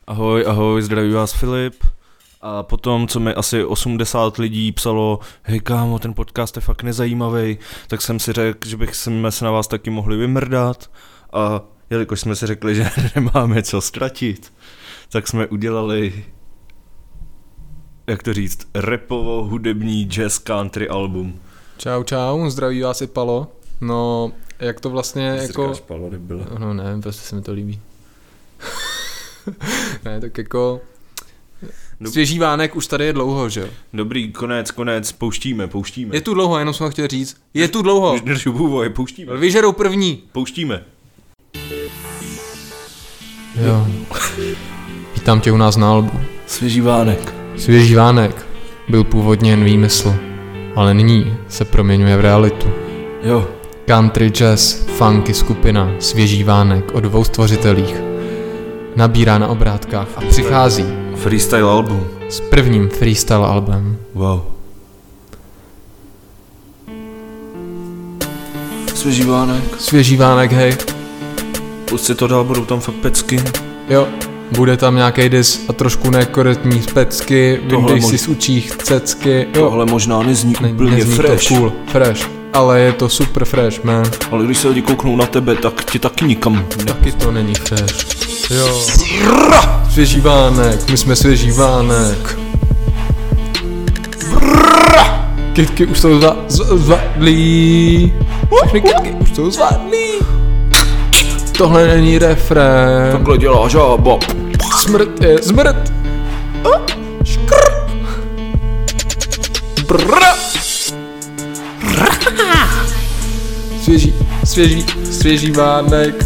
Ahoj, zdraví vás Filip. A potom, co mi asi 80 lidí psalo, hej kámo, ten podcast je fakt nezajímavý, tak jsem si řekl, že bychom se na vás taky mohli vymrdat. A jelikož jsme si řekli, že nemáme co ztratit, tak jsme udělali, jak to říct, rapovo-hudební jazz country album. Čau, zdraví vás i Palo. No, jak to vlastně Ty jako... říkáš Palo, nebylo. No nevím, prostě se mi to líbí. Ne, tak jako... Svěží vánek už tady je dlouho, že jo? Dobrý, konec, pouštíme. Je tu dlouho, jenom jsem chtěl říct. Je tu dlouho. Pouštíme. Vyžerou první. Pouštíme. Jo. Vítám tě u nás na albu. Svěží vánek. Svěží vánek byl původně jen výmysl, ale nyní se proměňuje v realitu. Jo. Country jazz, funky skupina Svěží vánek o dvou stvořitelích nabírá na obrátkách a přichází Freestyle album. s prvním freestyle albem. Wow. Svěží vánek, hej. Už si to dal, budou tam fakt pecky. Jo, bude tam nějaký dis a trošku nekorektní pecky, vyndej si z učích cecky. Jo. Tohle možná nezní úplně nezní fresh. To cool, fresh, ale je to super fresh, man. Ale když se lidi kouknou na tebe, tak ti taky nikam. Taky to není fresh. Jo. Svěží vánek, my jsme svěží vánek. Kytky už jsou zvadlí. Všechny kytky už jsou zvadlí. Tohle není refrén. Takhle dělá žába. Smrt je zmrt. Škrr. Svěží vánek.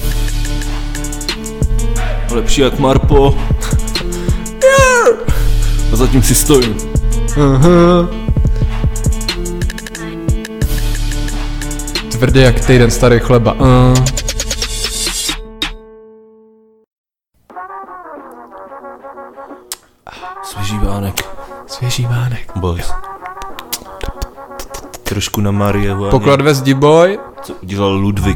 Lepší jak Marpo. A zatím si stojím. Tvrdý jak týden starý chleba. Svěží vánek. Boys. Trošku na Marie. Poklad ve zdi, boy. Co udělal Ludvík.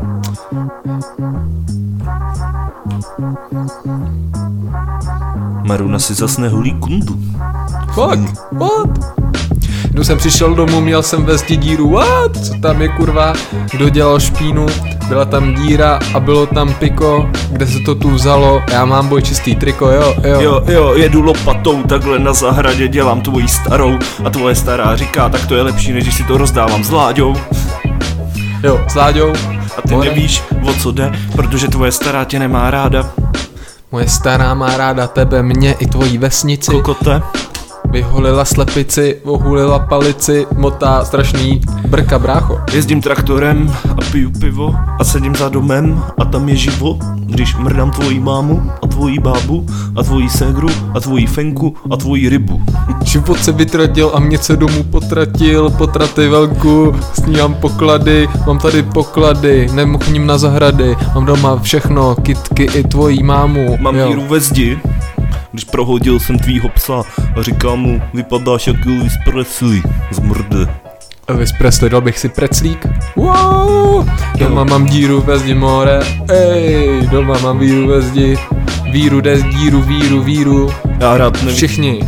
Maruna si zas neholí kundu. Fuck, what? Když jsem přišel domů, měl jsem ve zdi díru, what? Co tam je kurva? Kdo dělal špínu? Byla tam díra a bylo tam piko. Kde se to tu vzalo? Já mám boj čistý triko, jo. Jo, jedu lopatou, takhle na zahradě dělám tvojí starou. A tvoje stará říká, tak to je lepší, než si to rozdávám s Láďou. Jo, s Láďou. A ty nevíš, o co jde, protože tvoje stará tě nemá ráda. Moje stará má ráda tebe, mě i tvojí vesnici. Kokote. Vyholila slepici, ohulila palici, motá strašný brka, brácho. Jezdím traktorem a piju pivo a sedím za domem a tam je život, když mrdám tvojí mámu a tvojí bábu a tvojí ségru a tvojí fenku a tvojí rybu. Život se vytratil a mě se domů potratil, potraty velku, sníhám poklady, mám tady poklady, nemochním na zahrady, mám doma všechno, kytky i tvojí mámu. Mám díru ve zdi, když prohodil jsem tvýho psa a říkám mu, vypadáš jak Elvis Presley, zmrde. Elvis Presley, dal bych si preclík? Wow! Doma mám díru ve zdi, more, ej, doma mám víru ve zdi, víru des, víru. Já rád nevím. Všichni,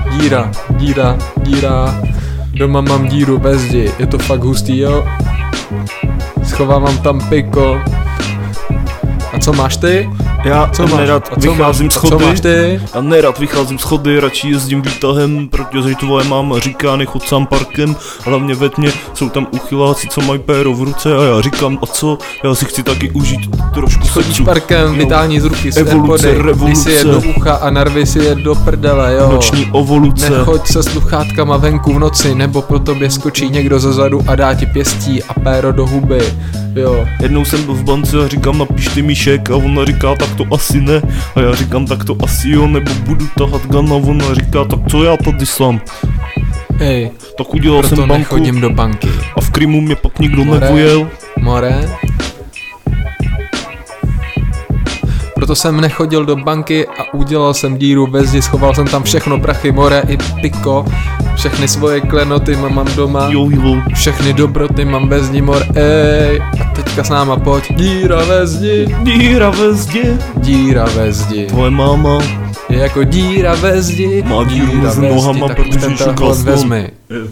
díra, doma mám díru ve zdi, je to fakt hustý, jo? Schovávám tam piko. A co máš ty? Já nerad vycházím schody, radši jezdím výtahem, protože tvoje máma říká nechod sám parkem, hlavně ve tmě jsou tam uchyláci, co mají péro v ruce a já říkám a co, já si chci taky užít trošku sexu. Chodíš parkem, vytáhni z ruky své body, ty si je do ucha a narvy si je do prdele, jo. Noční ovoluce. Nechoď se sluchátkama venku v noci, nebo po tobě skočí někdo zezadu a dá ti pěstí a péro do huby, jo. Jednou jsem byl v bance a říkám napiš ty Míšek a ona říká tak to asi ne a já říkám tak to asi jo, nebo budu tahat gana a ona říká tak co já tady sám. Hej, tak udělal jsem banku nechodím do banky. A v Krymu mě pak nikdo nevojel. More. Proto jsem nechodil do banky a udělal jsem díru ve zdi, schoval jsem tam všechno, prachy, more i piko. Všechny svoje klenoty mám doma, všechny dobroty mám ve zdi, mor, ej. A teďka s náma pojď, díra ve zdi, díra ve zdi, díra ve zdi. Tvoje máma je jako díra ve zdi, má díru mezi nohama, tak už ten telefon vezmi.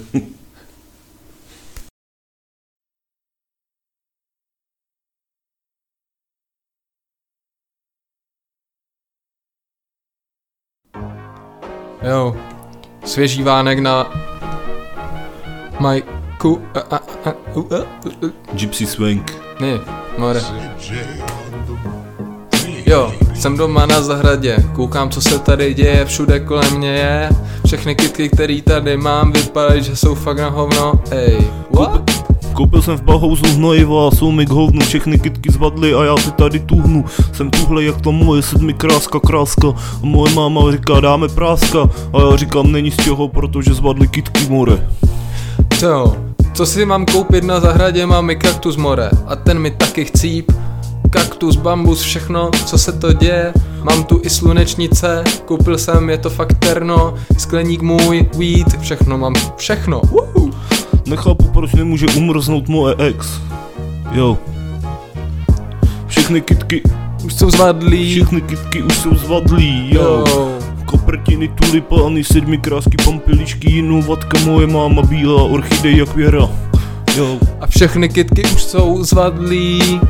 Jo, svěží vánek na majku. Gypsy Swing. Ne, more. Jo, jsem doma na zahradě, koukám, co se tady děje, všude kolem mě je. Všechny kytky, který tady mám, vypadají, že jsou fakt na hovno. Ej, what? Koupil jsem v Bauhausu hnojiva, jsou mi k hovnu, všechny kytky zvadly a já si tady tuhnu. Jsem tuhle jak ta moje sedmikráska kráska a moje máma říká dáme práska a já říkám není z čeho, protože zvadly kytky more. Co si mám koupit na zahradě, mám i kaktus more a ten mi taky chcíp. Kaktus, bambus, všechno, co se to děje. Mám tu i slunečnice, koupil jsem, je to fakt terno. Skleník můj, weed, všechno mám, všechno. Woohoo. Nechápu, proč nemůže umrznout moje ex. Jo. Všechny kytky už jsou zvadlí. Všechny kytky už jsou zvadlí, jo. Kopertiny, tulipány, sedmikrásky, pampelišky, inovatka, moje máma bílá, orchidej jak Věra. Jo. A všechny kytky už jsou zvadlí.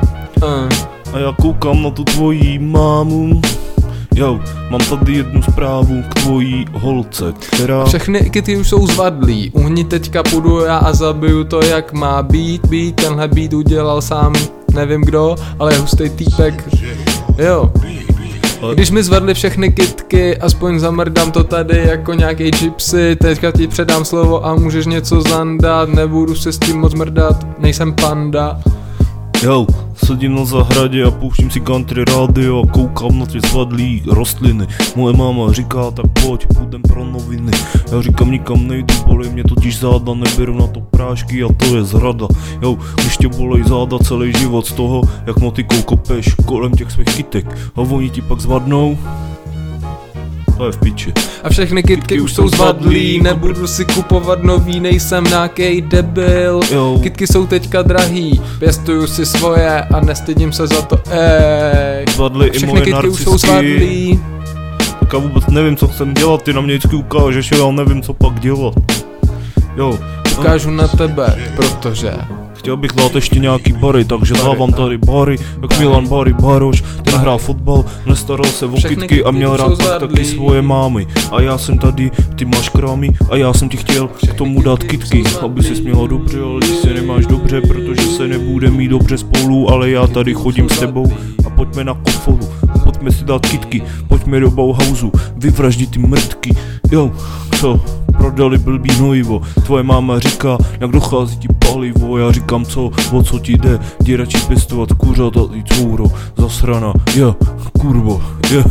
A já koukám na tu tvojí mámu. Jo, mám tady jednu zprávu k tvojí holce, která... Všechny kytky už jsou zvadlí, uhni teďka půjdu já a zabiju to jak má být. Tenhle beat udělal sám, nevím kdo, ale hustej týpek. Jo. Když mi zvadly všechny kytky, aspoň zamrdám to tady jako nějaký gypsy. Teďka ti předám slovo a můžeš něco zandat, nebudu se s tím moc mrdat, nejsem panda. Jo, sedím na zahradě a pouštím si country rádio a koukám na ty zvadlý rostliny. Moje máma říká, tak pojď, půjdem pro noviny. Já říkám, nikam nejdu, bolej mě totiž záda, neberu na to prášky a to je zrada. Jo, když tě bolej záda celý život z toho, jak motikou kopeš kolem těch svých kytek a oni ti pak zvadnou. To je v piči. A všechny kytky už jsou zvadlí, nebudu si kupovat nový, nejsem nějakej debil. Jo. Kytky jsou teďka drahý, pěstuju si svoje a nestydím se za to, ej. Zvadly i všechny moje kytky narcisky. už jsou zvadlí. Tak já vůbec nevím, co chcem dělat, ty na mě vždycky ukážeš, jo, já nevím, co pak dělat. Jo. Ukážu na tebe, protože... Chtěl bych dát ještě nějaký bary, takže dávám tady bary, jak Milan Bary Baroš, ten hrál fotbal, nestaral se o kytky a měl rád taky svoje mámy. A já jsem tady, ty máš krámy a já jsem ti chtěl k tomu dát kytky, aby ses měla dobře, ale ty se nemáš dobře, protože se nebude mít dobře spolu, ale já tady chodím s tebou a pojďme na kofolu, pojďme si dát kytky, pojďme do Bauhausu, vyvraždit ty mrtky, jo, co? Prodali blbý hnojivo, tvoje máma říká, jak dochází ti palivo, já říkám co, o co ti jde, jdi radši pěstovat kuřata i couro, zasrana, jo, kurvo, jo.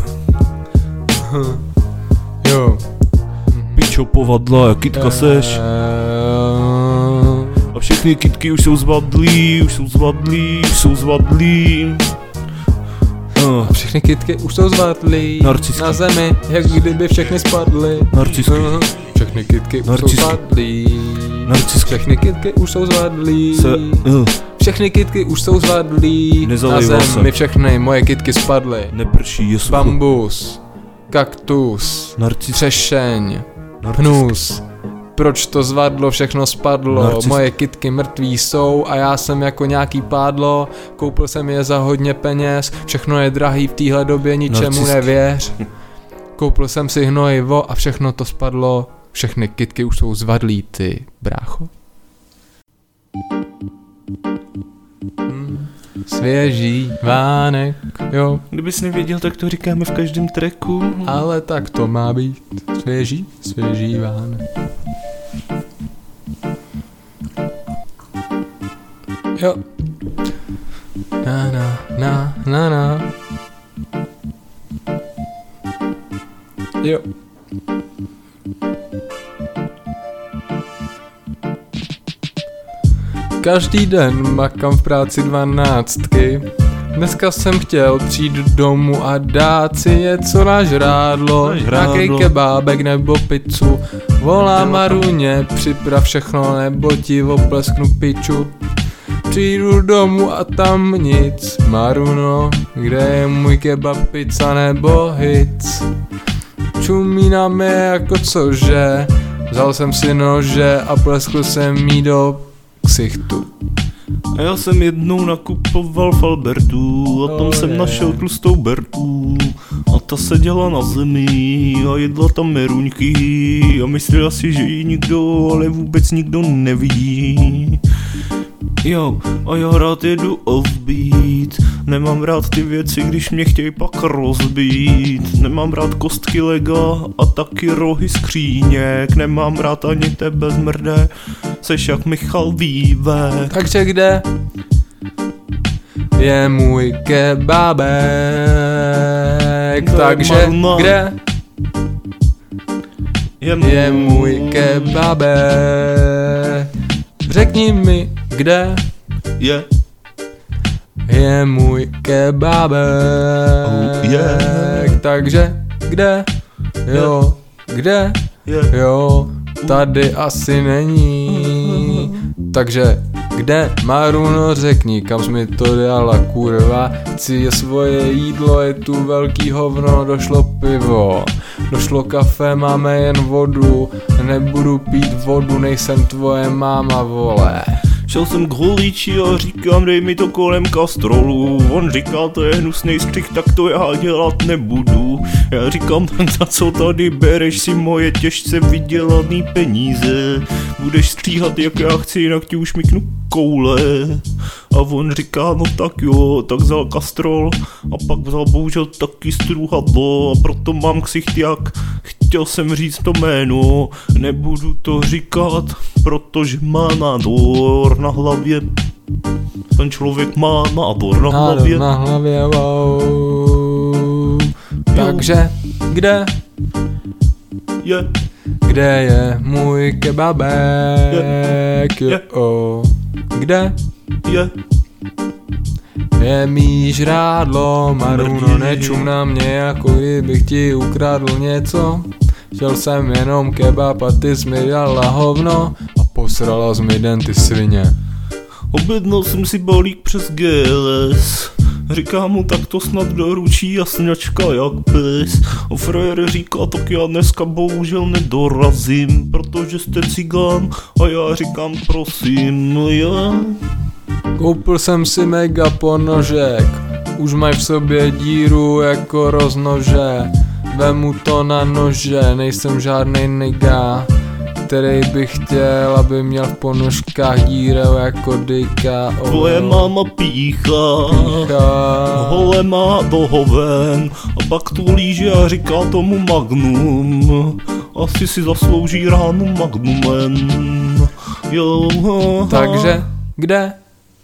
Jo. Pičo povadla, jak kytka seš. A všechny kytky už jsou zvadlí, už jsou zvadlí, už jsou zvadlí. A všechny kytky už jsou zvadlí, narcisky. Na zemi, jak kdyby všechny spadly. Narcisky. Všechny kytky už jsou zvadlí. Narcisky. Všechny kytky už jsou zvadlí. Všechny kytky už jsou zvadlí. Na zemi všechny moje kytky spadly. Neprší, je sucho. Bambus, kaktus, třešeň, hnus. Proč to zvadlo, všechno spadlo, moje kytky mrtví jsou a já jsem jako nějaký pádlo, koupil jsem je za hodně peněz, všechno je drahý v téhle době, ničemu nevěř. Koupil jsem si hnojivo a všechno to spadlo, všechny kytky už jsou zvadlí, ty brácho. Svěží vánek, jo. Kdybys nevěděl, tak to říkáme v každém tracku. Ale tak to má být, svěží vánek. Jo. Na. Jo. Každý den makám v práci 12, Dneska jsem chtěl přijít domů a dát si něco na žrádlo, nějaký kebábek nebo pizzu. Volá Maruně, připrav všechno nebo ti oplesknu piču. Přijdu domů a tam nic, Maruno, kde je můj kebab, pizza nebo hic? Čumí na mě jako cože, vzal jsem si nože a pleskl jsem jí do ksichtu. A já jsem jednou nakupoval v Albertu a tam jsem našel tlustou Bertu. A ta seděla na zemi a jedla tam meruňky a myslela si, že ji nikdo, ale vůbec nikdo nevidí. Jo, a já rád jedu offbeat, nemám rád ty věci, když mě chtějí pak rozbít. Nemám rád kostky lega a taky rohy skříněk, nemám rád ani tebe zmrde, seš jak Michal Vývek. Takže kde je můj kebabek? Takže kde je můj kebabek? Řekni mi, kde je můj kebabek? Takže kde? Jo, kde? Jo, tady asi není. Takže kde, Maruno, řekni, kam jsi mi to dala, kurva. Chci je svoje jídlo, je tu velký hovno, došlo pivo, došlo kafe, máme jen vodu. Nebudu pít vodu, nejsem tvoje máma, vole. Šel jsem k holiči a říkám, dej mi to kolem kastrolu. On říkal, to je hnusnej střih, tak to já dělat nebudu. Já říkám, za co tady bereš si moje těžce vydělaný peníze? Budeš stříhat jak já chci, jinak ti už myknu koule. A on říká, no tak jo, tak vzal kastrol a pak vzal bohužel taky struhadlo a proto mám ksicht jak, chtěl jsem říct to jméno, nebudu to říkat, protože má nádor na hlavě. Ten člověk má nádor na hlavě. Na hlavě, wow. Takže, kde? Kde je můj kebabek? Jo. Kde? Je mý žrádlo, Maruno, nečum na mě, jako kdybych ti ukradl něco. Chtěl jsem jenom kebab a ty jsi mi dala hovno a posrala jsi mi den, ty svině. Objednal jsem si balík přes GLS. Říká mu, tak to snad doručí a sňačka jak pes. A frajer říká, tak já dneska bohužel nedorazím, protože jste cigán. A já říkám, prosím, no já. Koupil jsem si mega ponožek, už mají v sobě díru jako roznože. Vemu to na nože, nejsem žádnej nigga, který bych chtěl, aby měl v ponožkách díru jako dika. Tvoje máma pícha, hole má do hoven a pak tu líže a říká tomu magnum. Asi si zaslouží ránu magnumem. Jo. Takže kde?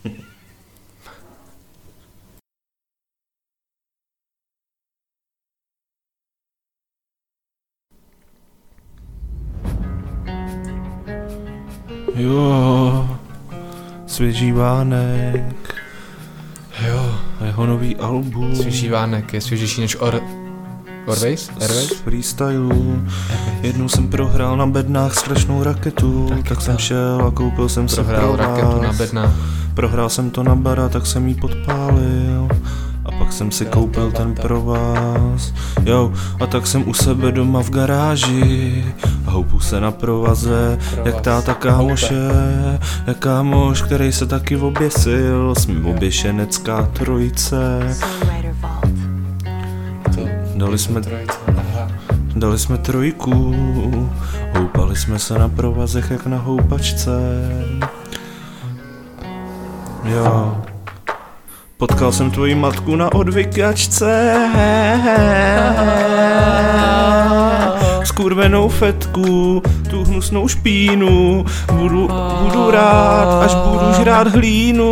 Jo, Svěží Vánek. Jo, jeho nový album. Svěží Vánek je svěžější než Airways? Z freestylu. Jednou jsem prohrál na bednách strašnou raketu. Tak jsem šel a koupil jsem se pro vás. Raketu na bednách. Prohrál jsem to na bara, tak jsem jí podpálil. A pak jsem si koupil ten pro vás. Jo, a tak jsem u sebe doma v garáži a houpu se na provaze, jak táta kámoše, jak kámoš, který se taky oběsil. Jsme oběšenecká trojice. Dali jsme trojku, houpali jsme se na provazech jak na houpačce. Jo. Potkal jsem tvoji matku na odvykačce. Skurvenou fetku, tu hnusnou špínu. Budu rád, až budu žrát hlínu.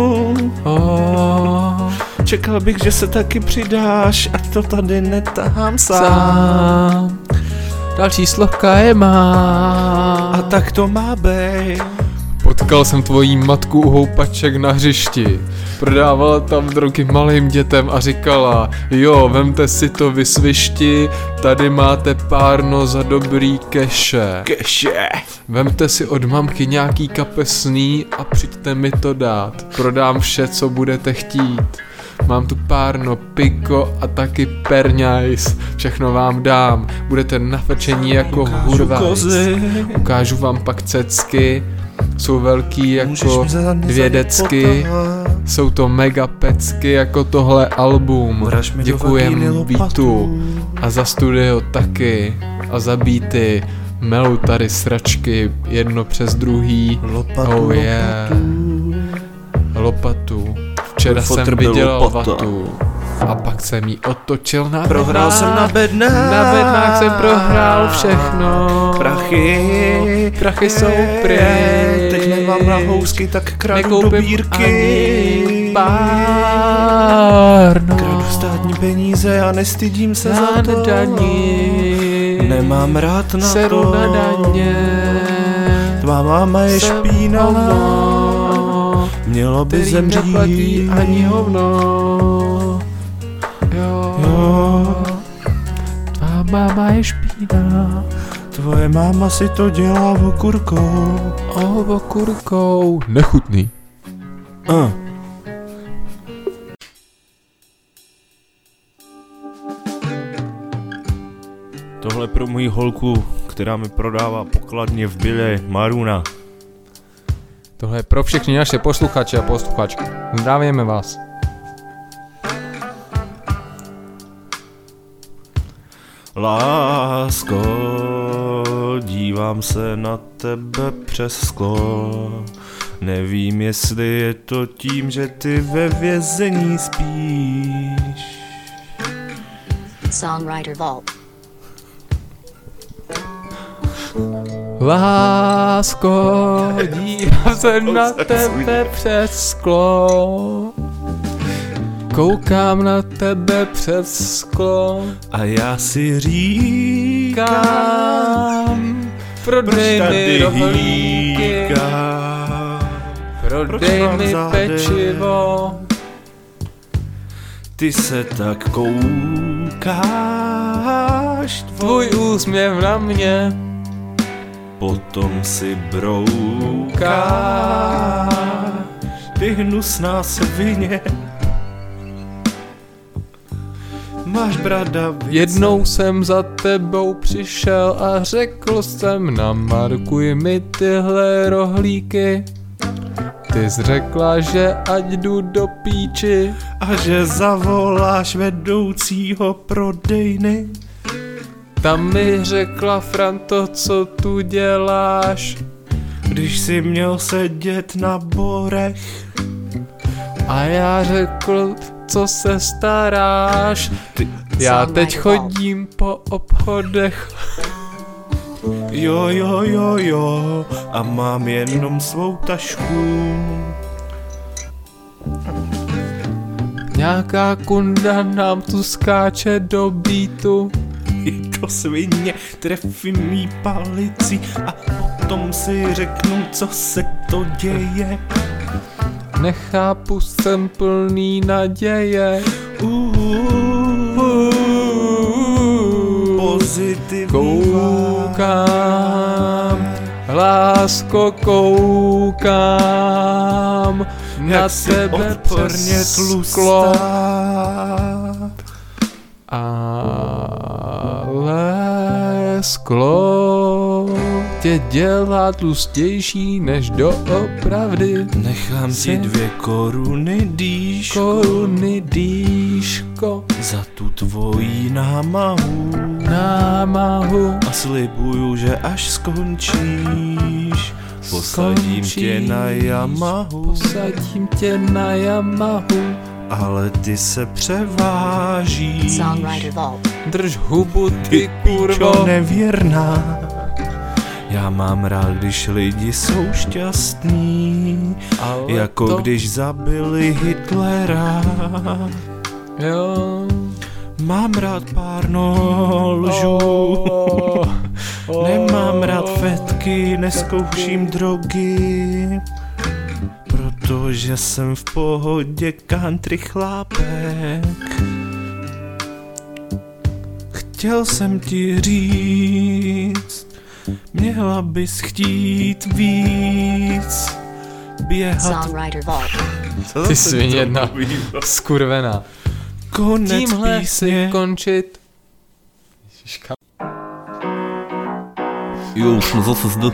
Čekal bych, že se taky přidáš, ať to tady netahám sám. Další slovka je má. A tak to má bej. Potkal jsem tvojí matku u houpaček na hřišti. Prodávala tam drogy malým dětem a říkala: jo, vemte si to vy svišti, tady máte párno za dobrý keše. Keše. Vemte si od mamky nějaký kapesný a přijďte mi to dát. Prodám vše, co budete chtít. Mám tu párno, piko a taky perňajs. Všechno vám dám, budete nafrčení jako hurvajs. Ukážu vám pak cecky, jsou velký jako 2 decky. Jsou to mega pecky jako tohle album. Děkujem beatu a za studio taky. A za beaty melou tady sračky jedno přes druhý. Oh yeah. Lopatu. Včera jsem vydělal vatu a pak jsem jí otočil na Prohrál jsem na bednách. Na bednách jsem prohrál všechno. Prachy jsou pryč. Teď nemám na housky, tak kradu do bírky. Párno. Kradu státní peníze a nestydím se za to. Daní. Nemám rád na Seru to. na daně. Tvá máma je špína. Mělo by zemřít. Neplatí ani hovno. Jo. Tvá máma je špína. Tvoje máma si to dělá okurkou. Okurkou. Nechutný. Tohle pro moji holku, která mi prodává pokladně v Bile Maruna. Tohle je pro všechny naše posluchače a posluchačky. Zdravíme vás. Lásko, dívám se na tebe přes sklo. Nevím, jestli je to tím, že ty ve vězení spíš. Songwriter Vault. Lásko, dívám se na tebe přes sklo. Koukám na tebe přes sklo. A já si říkám, prodej mi rohlíky, prodej mi pečivo. Ty se tak koukáš, Tvůj úsměv na mě, potom si broukáš, ty hnusná svině. Máš bradavice. jednou jsem za tebou přišel a řekl jsem: namarkuj mi tyhle rohlíky. Ty jsi řekla, že ať jdu do píči. A že zavoláš vedoucího prodejny. Tam mi řekla: Franto, co tu děláš? Když jsi měl sedět na borech. A já řekl: co se staráš? Já teď chodím po obchodech. Jo, a mám jenom svou tašku. Nějaká kunda nám tu skáče do beatu. Je to svině, trefí mý palici a potom si řeknu, co se to děje. Nechápu, jsem plný naděje. Pozitivní. Koukám, lásko, koukám na tebe přes sklo. Ale sklo tě dělá tlustější než doopravdy. Nechám ti 2 koruny, dýško. Za tu tvojí námahu. A slibuju, že až skončíš, posadím tě na Yamahu. Ale ty se převážíš. Songwriter Vault. Drž hubu, ty kurvo. Píčo nevěrná. Já mám rád, když lidi jsou šťastní. Ale jako to... když zabili Hitlera. Jo. Mám rád párno lžů. Nemám rád fetky, neskouším drogy, protože jsem v pohodě country chlápek. Chtěl jsem ti říct, měla bys chtít víc běhat. Ty svině jedna skurvená. Konec Tímhle písně. si končit. Jo, jsme zase zde.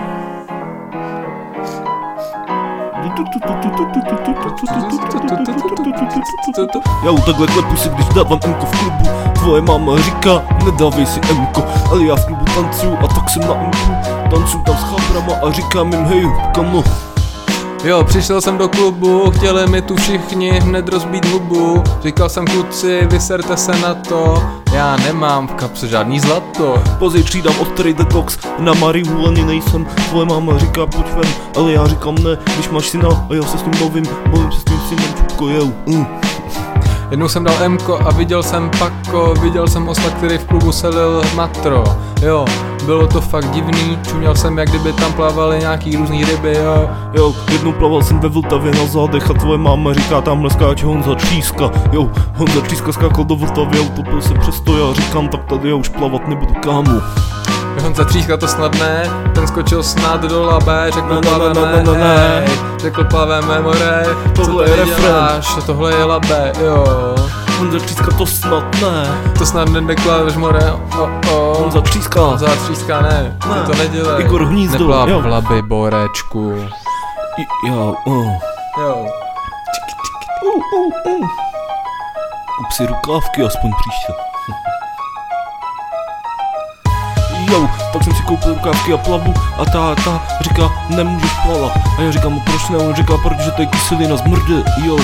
Jo, takhle klepu si, když dávám Mko v klubu. Tvoje máma říká, nedávej si Mko, ale já v klubu tancuju a tak jsem na Mku. Tancuju tam s chábrama a říkám jim hej, kamo. Jo, přišel jsem do klubu, chtěli mi tu všichni hned rozbít hubu. Říkal jsem kluci, vyserte se na to, já nemám v kapse žádný zlato. Později přidám od Trade Cox, na marihu ani nejsem. Tvoje máma říká pojď ven, ale já říkám ne, když máš syna a já se s ním bavím se s tím synem čupko, jo. Jednou jsem dal Mko a viděl jsem Pako, viděl jsem osla, který v klubu selil matro. Jo, bylo to fakt divný, čuměl jsem, jak kdyby tam plavaly nějaký různý ryby, jo. Jo, jednou plaval jsem ve Vltavě na zádech a tvoje máma říká, tamhle skáče Honza Tříska. Jo, Honza Tříska skákal do Vltavy a utopil se přesto, já říkám, tak tady já už plavat nebudu, kámo. Honza Tříska to snadné, ten skočil snad do labe, řekl plaveme, hej, řekl plaveme more, Tohle je refrén. Tohle je labe, jo. Honza Tříska to snad ne. To snad nedeklaruješ more, Honza Tříska. Honza Tříska ne, ty to nedělej. Igor Hnízdo, Neplav jo. v labi, borečku. Jo, Jo. Kup si rukávky aspoň příště. Jo, tak jsem si koupil rukávky a plavu a ta říká, nemůžeš plavat. A já říkám, proč ne? On říká, protože to je kyselina z mrde, jo.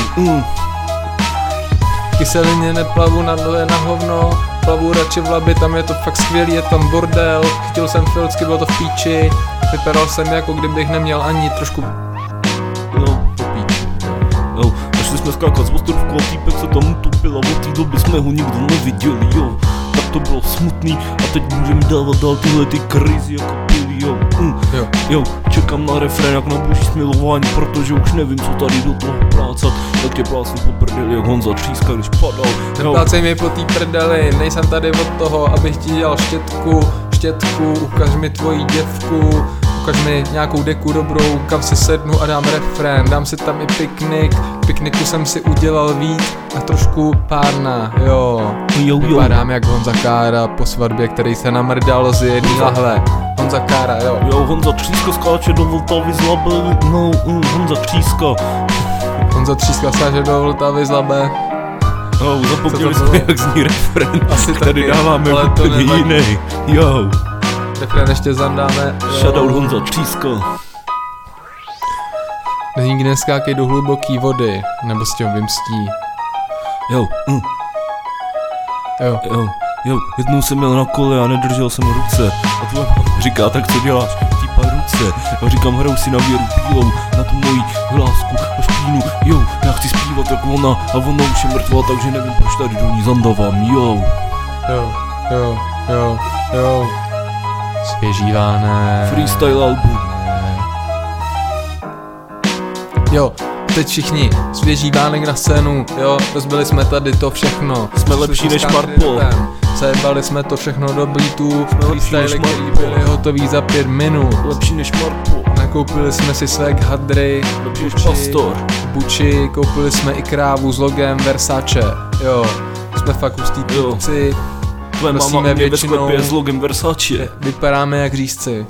Kyselině neplavu na hovno, plavu radši v labi, tam je to fakt skvělý, je tam bordel, chytil jsem filcky, bylo to v píči, vypadal jsem jako kdybych neměl ani trošku Jo, po píči. jo, a šli jsme skákat z ostrovku a týpek se tam utopil a od té doby jsme ho nikdo neviděli, jo. Tak to bylo smutný a teď můžeme dávat dál tyhle ty crazy jako pily, jo. Jo, čekám na refrén jak na boží smilování, protože už nevím, co tady do toho plácat. Tak tě plácnu po prdeli jak Honza Tříska, když padal. Neplácej mi po té prdeli, nejsem tady od toho, abych ti dělal štětku, ukaž mi tvoji děvku, ukaž mi nějakou deku dobrou, kam si sednu a dám refrén, dám si tam i piknik, pikniku jsem si udělal víc a trošku párna, jo. Vypadám jak Honza Kára po svatbě, který se namrdal z jedný lahve. Honza Kára, jo. Jo, Honza Tříska skáče do Vltavy z labe, no, Honza Tříska. Honza Tříska skáče do Vltavy z labe. Jo, zapomněli jsme, jak zní refrén, Asi tady taky, dáváme ale to úplně nevadí. jiný. Jo, Refrén ještě zandáme. shoutout Honza Tříska. Nikdy neskákej do hluboký vody, nebo s tím vymstí. Jo, Jo, jednou jsem měl na kole a nedržel jsem ruce. A tvoje máma říká, tak co děláš? Týpa ruce. Já říkám, hraju si na věru bílou, na tu moji hlásku a špínu. Jo, já chci zpívat jak ona a ona už je mrtvá, takže nevím, proč tady do ní zandavám. Jo. Svěží vánek. Freestyle album. Jo, teď všichni, svěží vánek na scénu, jo, rozbili jsme tady to všechno. Jsme lepší než Marpo. Zajebali jsme to všechno do beatů, lepší než freestyle, který Marpo. byly hotový za 5 minut. Lepší než Marpo. Nakoupili jsme si swag hadry, Lepší než Pastor. Buči, koupili jsme i krávu s logem Versace, jo. Jsme fakt hustý týpci, Tvoje máma nosíme u mě ve většinou- sklepě s logem Versace. vypadáme jak řízci.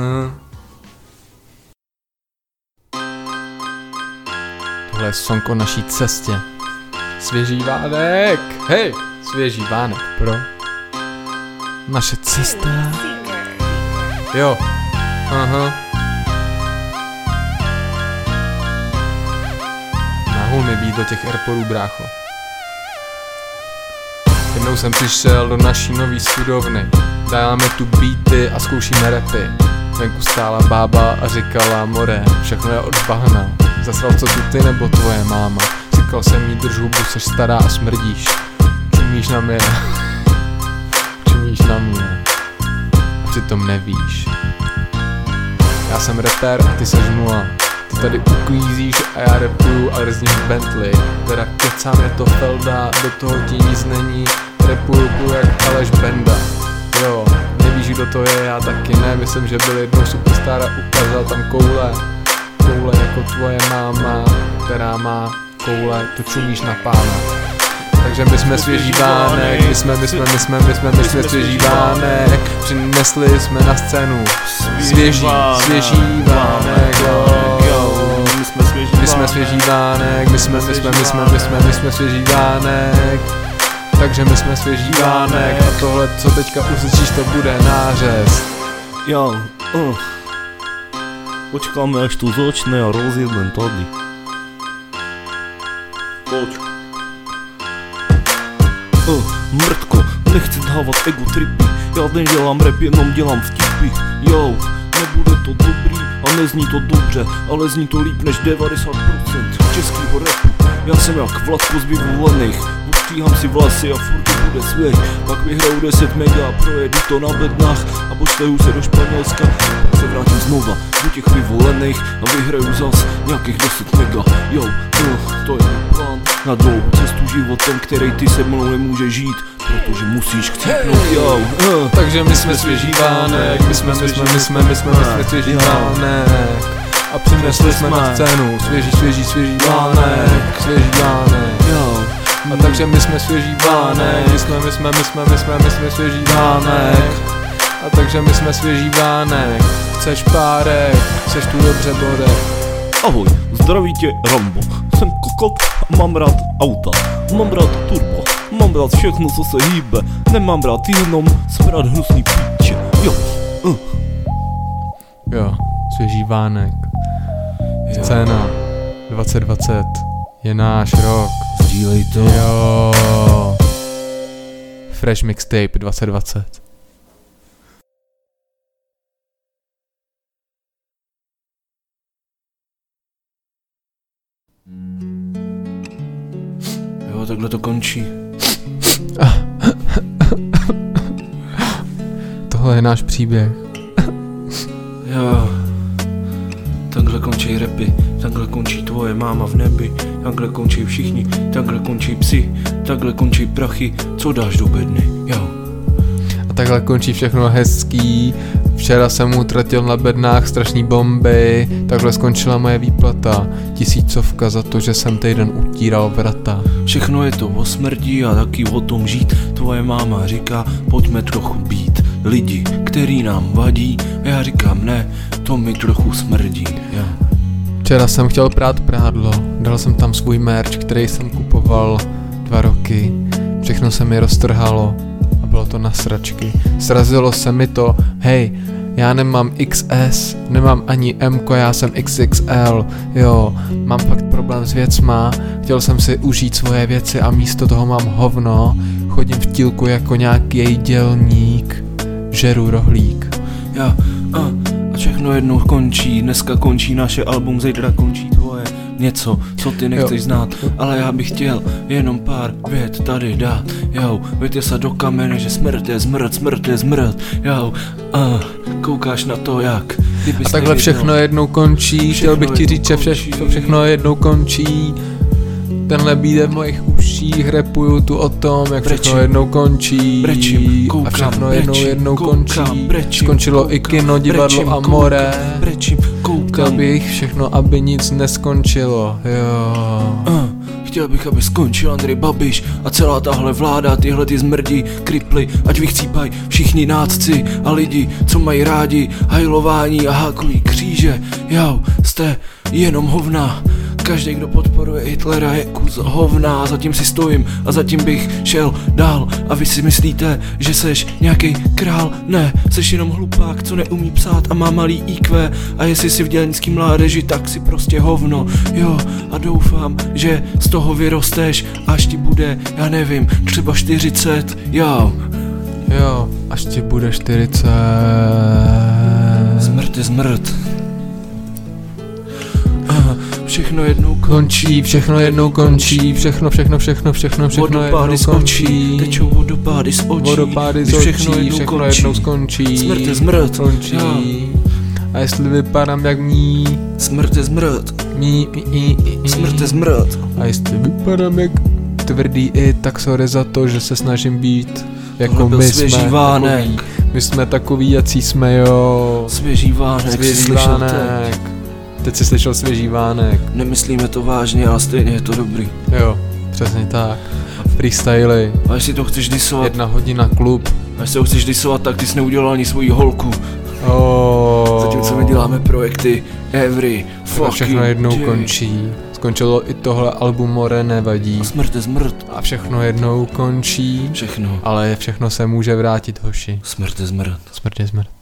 Tohle je song o naší cestě. Svěží vánek, hej, svěží vánek pro naše cesta. Jo, aha. Náhul mi být do těch Airpodů, brácho. Jednou jsem přišel do naší nový studovny. Dáváme tu beaty a zkoušíme rapy. Venku stála bába a říkala more, všechno je od bahna. Zasral co tu ty nebo tvoje máma. Říkal jsem jí, drž hubu, seš stará a smrdíš. Čumíš na mě. Čumíš na mě. přitom nevíš. Já jsem rapper a ty seš nula. Ty tady uklízíš a já rapuju a rezním Bentley. Teda kecám, je to Felda, do toho ti nic není. Rapuju jak Aleš Benda. Jo, nevíš kdo to je, já taky ne. Myslím, že byl jednou superstar a ukázal tam koule. Koule jako tvoje máma, která má koule, to čumíš na pána. Takže my jsme svěží vánek, my jsme svěží vánek. Přinesli jsme na scénu svěží vánek, jo. My jsme svěží vánek, my jsme svěží vánek. Takže my jsme svěží vánek a tohle, co teďka uslyšíš, to bude nářez. Jo, počkáme, až to začne a rozjedem tady. Pojď. Mrtko, nechci dávat ego tripy. Já nedělám rap, jenom dělám vtipy. Jo, nebude to dobrý a nezní to dobře, ale zní to líp než 90% českýho rapu. Já jsem jak Vladko z vyvolených, ustříhám si vlasy a furt to bude svět. Pak vyhraju 10 mega a projedu to na bednách a pošleju se do Španělska. Pak se vrátím znova do těch vyvolených a vyhraju zas nějakých 10 mega. Jo, to je můj plán na dlouhou cestu životem, který ty se mnou nemůže žít, protože musíš chcípnout, jo. Takže my jsme svěží vánek, my jsme svěží vánek. A přinesli jsme na scénu svěží vánek, jo. A takže my jsme svěží vánek, my jsme svěží vánek. A takže my jsme svěží vánek. Chceš párek, chceš tu dobře bodek. Ahoj, zdraví tě Rambo. Jsem kokot a mám rád auta. Mám rád turbo, mám rád všechno, co se hýbe. Nemám rád jenom smrad hnusný píče. Jo, Jo, svěží vánek. Scéna 2020 je náš rok. Sdílej to. Jo. Fresh Mixtape 2020. Jo, takhle to končí. Tohle je náš příběh. Jo. Takhle končí rapy, takhle končí tvoje máma v nebi, takhle končí všichni, takhle končí psi, takhle končí prachy, co dáš do bedny, jo. A takhle končí všechno hezký. Včera jsem utratil na bednách strašný bomby. Takhle skončila moje výplata. 1000 za to, že jsem týden utíral vrata. Všechno je to o smrti a taky o tom žít. Tvoje máma říká, pojďme trochu být lidi, který nám vadí. A já říkám ne, to mi trochu smrdí, jo. Včera jsem chtěl prát prádlo. Dal jsem tam svůj merch, který jsem kupoval 2 roky. Všechno se mi roztrhalo a bylo to na sračky. Srazilo se mi to, hej, já nemám XS, nemám ani M, já jsem XXL, jo, mám fakt problém s věcma, chtěl jsem si užít svoje věci a místo toho mám hovno, chodím v tílku jako nějaký dělník, žeru rohlík. Ja, a všechno jednou končí, dneska končí naše album, zítra končí tvoje. Něco, co ty nechceš znát, ale já bych chtěl jenom pár vět tady dát. Jo, větě se do kamene, že smrt je zmrt, jo, koukáš na to jak. A takhle všechno jednou končí, chtěl bych ti říct, že všechno jednou končí. Tenhle beat je v mojich uších, rapuju tu o tom, jak všechno jednou končí. A všechno jednou končí. Skončilo i kino, divadlo a more. Chtěl bych všechno, aby nic neskončilo, jo. Chtěl bych, aby skončil Andrej Babiš a celá tahle vláda, tyhle ty zmrdí, kriply, ať vychcípají všichni nádci a lidi, co mají rádi hajlování a hákují kříže. Jo, jste jenom hovna. Každý, kdo podporuje Hitlera, je kus hovna a zatím si stojím a zatím bych šel dál. A vy si myslíte, že seš nějaký král? Ne, seš jenom hlupák, co neumí psát a má malý IQ. A jestli si v dělnický mládeži, tak si prostě hovno. Jo, a doufám, že z toho vyrosteš, až ti bude, já nevím, třeba 40, jo. Jo, až ti bude 40. Zmrt je zmrt. Všechno jednou končí, všechno jednou končí, všechno vodopády jednou z očí, končí. tečou vodopády z očí, Vodopády z když očí, všechno jednou skončí. Smrt je zmrt, končí. jo. A jestli vypadám jak mí, Smrt je zmrt, mí. smrt je zmrt. A jestli vypadám jak tvrdý i, tak sorry za to, že se snažím být jako Tohle byl my svěží jsme vánek. takový. My jsme takový, jací jsme, jo. Svěží vánek, jsi Svěží slyšel teď? vánek. Teď jsi slyšel svěží vánek. Nemyslíme to vážně, ale stejně je to dobrý. Jo, přesně tak. Freestyly, A jestli to chceš disovat, 1 hodina klub. a jestli to chceš disovat, tak ty jsi neudělal ani svoji holku. Zatímco my děláme projekty every fucking všechno jednou day. končí. Skončilo i tohle album More nevadí. A smrt je zmrt. A všechno jednou končí. Všechno. Ale všechno se může vrátit, hoši. Smrt je zmrt. Smrt je smrt.